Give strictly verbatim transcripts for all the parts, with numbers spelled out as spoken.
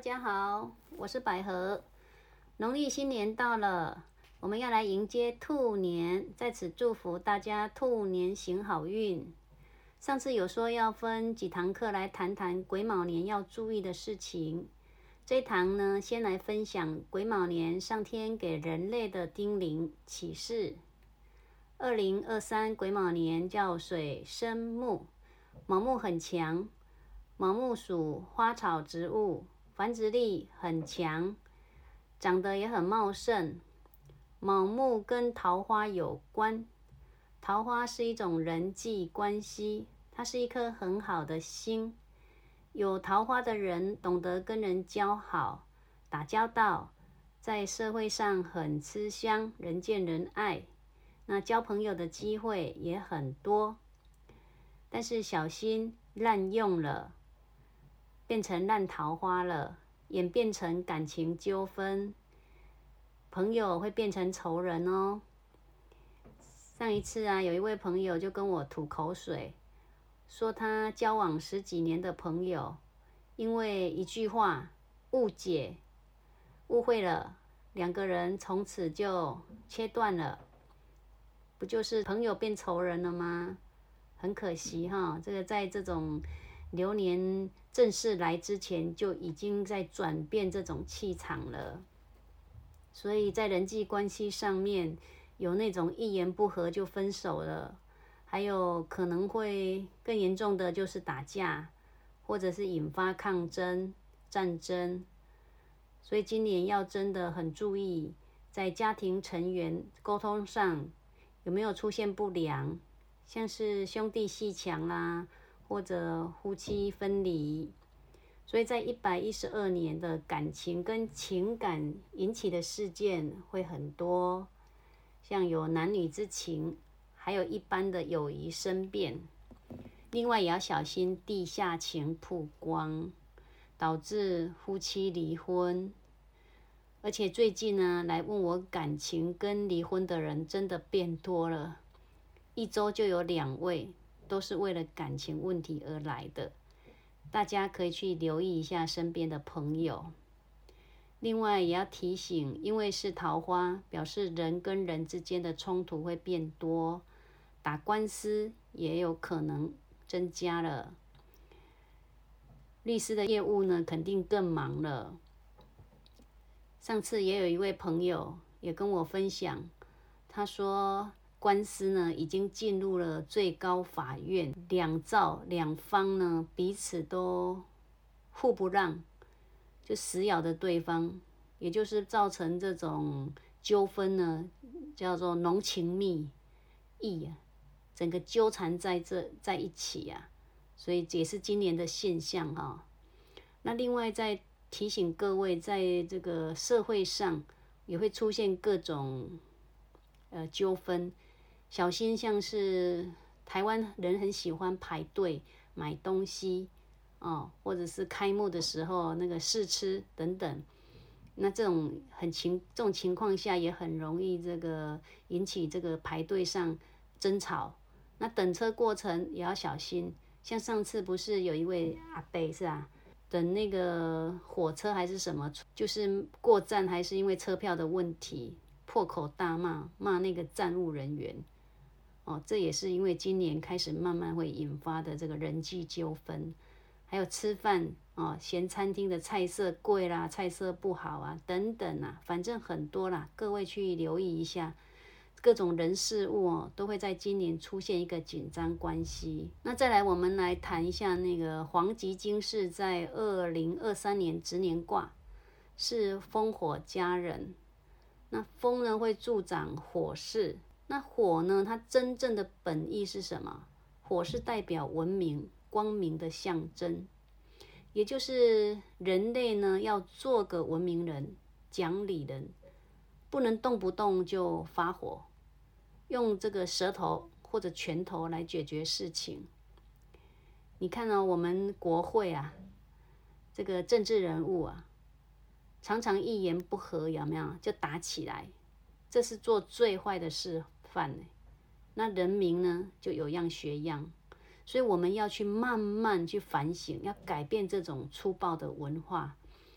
家好，我是百合。农历新年到了，我们要来迎接兔年，在此祝福大家兔年行好运。上次有说要分几堂课来谈谈癸卯年要注意的事情，这一堂呢，先来分享癸卯年上天给人类的叮咛启示。二零二三癸卯年叫水生木，卯木很强，卯木属花草植物，繁殖力很强，长得也很茂盛。卯木跟桃花有关，桃花是一种人际关系，它是一颗很好的心。有桃花的人懂得跟人交好，打交道，在社会上很吃香，人见人爱。那交朋友的机会也很多，但是小心滥用了，变成烂桃花了，演变成感情纠纷，朋友会变成仇人哦。上一次啊，有一位朋友就跟我吐口水，说他交往十几年的朋友，因为一句话误解、误会了，两个人从此就切断了。不就是朋友变仇人了吗？很可惜哈，这个在这种流年正式来之前就已经在转变这种气场了。所以在人际关系上面，有那种一言不合就分手了，还有可能会更严重的就是打架，或者是引发抗争、战争。所以今年要真的很注意，在家庭成员沟通上有没有出现不良，像是兄弟阋墙啦，或者夫妻分离。所以在一百一十二年的感情跟情感引起的事件会很多，像有男女之情，还有一般的友谊生变。另外也要小心地下情曝光，导致夫妻离婚。而且最近呢，来问我感情跟离婚的人真的变多了，一周就有两位，都是为了感情问题而来的。大家可以去留意一下身边的朋友。另外也要提醒，因为是桃花，表示人跟人之间的冲突会变多，打官司也有可能增加了。律师的业务呢，肯定更忙了。上次也有一位朋友也跟我分享，他说官司呢已经进入了最高法院，两造两方呢彼此都互不让，就死咬着对方，也就是造成这种纠纷呢，叫做浓情蜜意啊，整个纠缠在这在一起啊，所以也是今年的现象哈、哦。那另外在提醒各位，在这个社会上也会出现各种呃纠纷，小心像是台湾人很喜欢排队买东西哦，或者是开幕的时候那个试吃等等，那这种很情这种情况下也很容易这个引起这个排队上争吵，那等车过程也要小心。像上次不是有一位阿伯是啊？等那个火车还是什么，就是过站还是因为车票的问题，破口大骂，骂那个站务人员。哦，这也是因为今年开始慢慢会引发的这个人际纠纷。还有吃饭哦，嫌餐厅的菜色贵啦，菜色不好啊，等等啊，反正很多啦，各位去留意一下。各种人事物哦，都会在今年出现一个紧张关系。那再来，我们来谈一下那个黄极金氏在二零二三年值年卦是风火家人。那风呢会助长火势，那火呢，它真正的本意是什么？火是代表文明、光明的象征，也就是人类呢要做个文明人、讲理人，不能动不动就发火。用这个舌头或者拳头来解决事情。你看哦，我们国会啊，这个政治人物啊，常常一言不合有没有就打起来，这是做最坏的示范。那人民呢就有样学样，所以我们要去慢慢去反省，要改变这种粗暴的文化。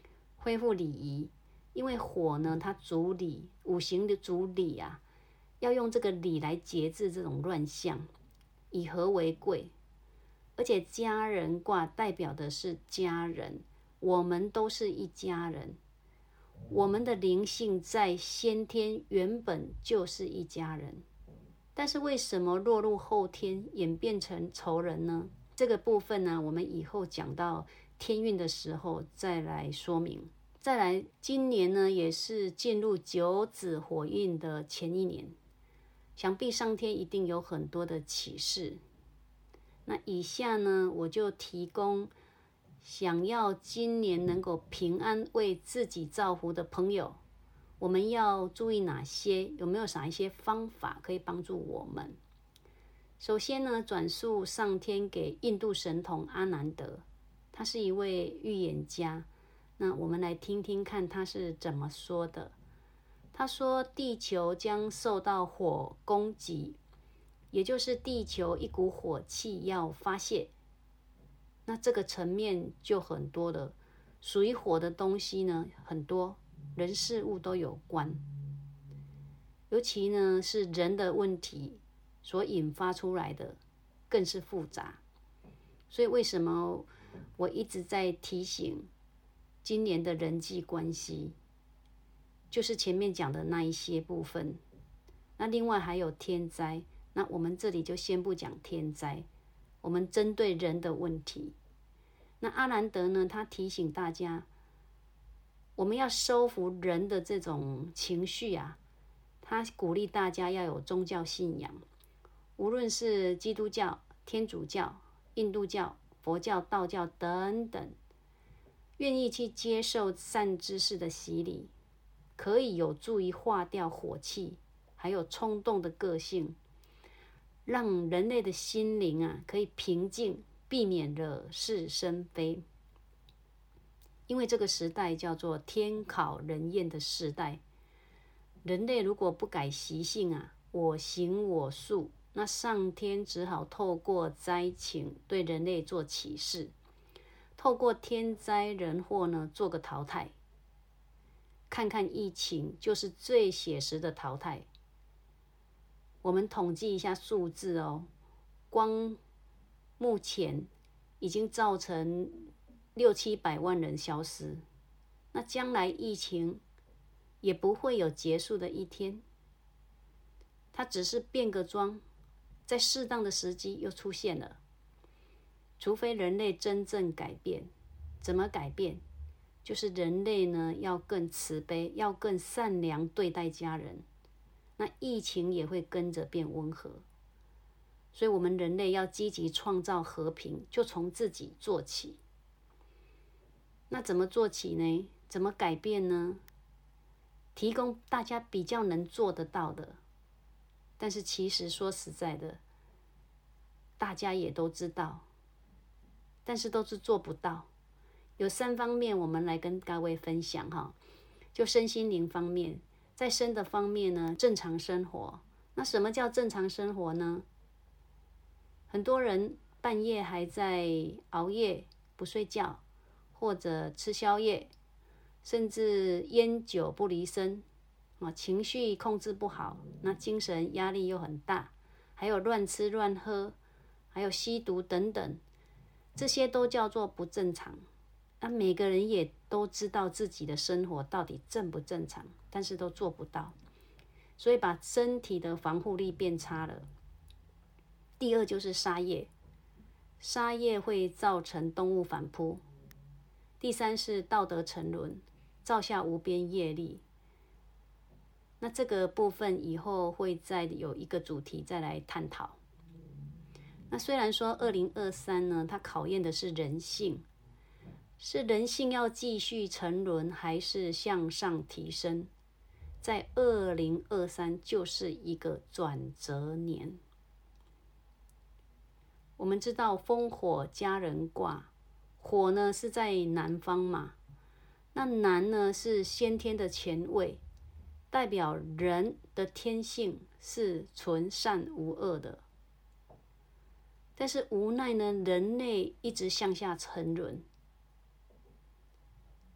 恢复礼仪，因为火呢，它主礼，五行的主礼啊，要用这个礼来节制这种乱象，以和为贵。而且家人卦代表的是家人，我们都是一家人，我们的灵性在先天原本就是一家人，但是为什么落入后天演变成仇人呢？这个部分呢，我们以后讲到天运的时候再来说明。再来，今年呢也是进入九子火运的前一年，想必上天一定有很多的启示。那以下呢，我就提供想要今年能够平安为自己造福的朋友，我们要注意哪些？有没有哪一些方法可以帮助我们？首先呢，转述上天给印度神童阿南德，他是一位预言家。那我们来听听看他是怎么说的。他说，地球将受到火攻击，也就是地球一股火气要发泄，那这个层面就很多了，属于火的东西呢很多，人事物都有关，尤其呢是人的问题所引发出来的更是复杂。所以为什么我一直在提醒今年的人际关系，就是前面讲的那一些部分。那另外还有天灾，那我们这里就先不讲天灾，我们针对人的问题。那阿南德呢，他提醒大家，我们要收服人的这种情绪啊，他鼓励大家要有宗教信仰，无论是基督教、天主教、印度教、佛教、道教等等，愿意去接受善知识的洗礼，可以有助于化掉火气，还有冲动的个性，让人类的心灵啊可以平静，避免惹是生非。因为这个时代叫做天考人验的时代，人类如果不改习性啊，我行我素，那上天只好透过灾情对人类做启示，透过天灾人祸呢做个淘汰。看看疫情就是最写实的淘汰。我们统计一下数字哦，光目前已经造成六七百万人消失，那将来疫情也不会有结束的一天，它只是变个装，在适当的时机又出现了。除非人类真正改变，怎么改变？就是人类呢要更慈悲，要更善良对待家人，那疫情也会跟着变温和。所以我们人类要积极创造和平，就从自己做起。那怎么做起呢？怎么改变呢？提供大家比较能做得到的，但是其实说实在的，大家也都知道，但是都是做不到。有三方面我们来跟各位分享哈，就身心灵方面。在身的方面呢，正常生活。那什么叫正常生活呢？很多人半夜还在熬夜不睡觉，或者吃宵夜，甚至烟酒不离身，情绪控制不好，那精神压力又很大，还有乱吃乱喝，还有吸毒等等，这些都叫做不正常。那每个人也都知道自己的生活到底正不正常，但是都做不到，所以把身体的防护力变差了。第二就是杀业，杀业会造成动物反扑。第三是道德沉沦，造下无边业力。那这个部分以后会再有一个主题再来探讨。那虽然说二零二三呢，它考验的是人性，是人性要继续沉沦还是向上提升，在二零二三就是一个转折年。我们知道风火家人卦，火呢是在南方嘛，那南呢是先天的前位，代表人的天性是纯善无恶的，但是无奈呢，人类一直向下沉沦，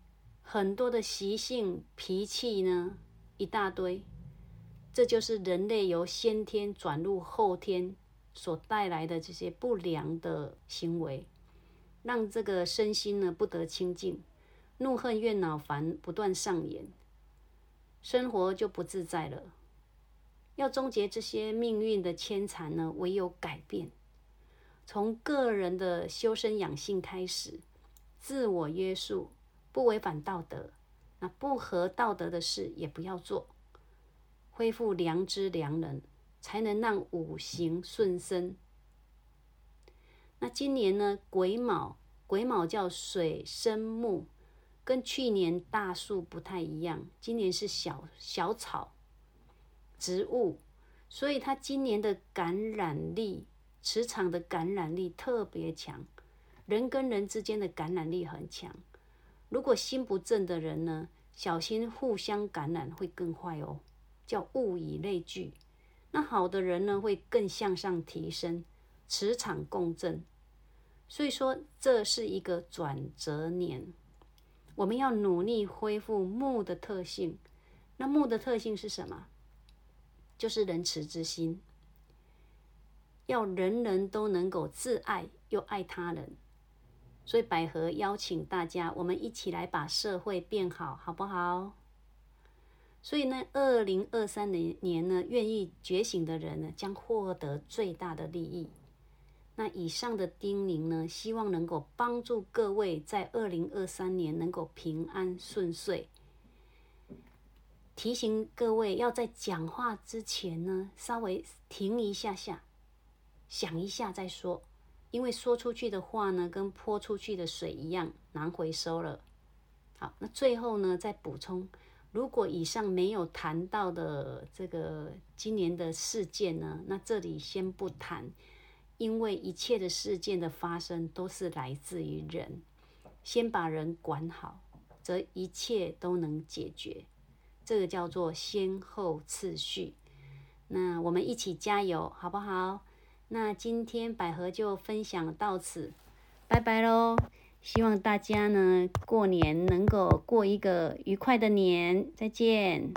很多的习性、脾气呢，一大堆。这就是人类由先天转入后天所带来的这些不良的行为，让这个身心呢不得清净，怒恨怨恼烦不断上演，生活就不自在了。要终结这些命运的牵缠呢，唯有改变。从个人的修身养性开始，自我约束，不违反道德，那不合道德的事也不要做，恢复良知良能，才能让五行顺生。那今年呢，癸卯，癸卯叫水生木，跟去年大树不太一样，今年是小小草植物，所以它今年的感染力，磁场的感染力特别强，人跟人之间的感染力很强。如果心不正的人呢，小心互相感染会更坏哦，叫物以类聚。那好的人呢，会更向上提升，磁场共振。所以说，这是一个转折年，我们要努力恢复木的特性。那木的特性是什么？就是仁慈之心，要人人都能够自爱又爱他人。所以百合邀请大家，我们一起来把社会变好，好不好？所以呢，二零二三年呢，愿意觉醒的人呢，将获得最大的利益。那以上的叮咛呢，希望能够帮助各位在二零二三年能够平安顺遂。提醒各位要在讲话之前呢，稍微停一下下，想一下再说，因为说出去的话呢，跟泼出去的水一样，难回收了。好，那最后呢，再补充，如果以上没有谈到的这个今年的事件呢，那这里先不谈，因为一切的事件的发生都是来自于人，先把人管好，则一切都能解决。这个叫做先后次序。那我们一起加油，好不好？那今天百合就分享到此，拜拜咯。希望大家呢过年能够过一个愉快的年，再见。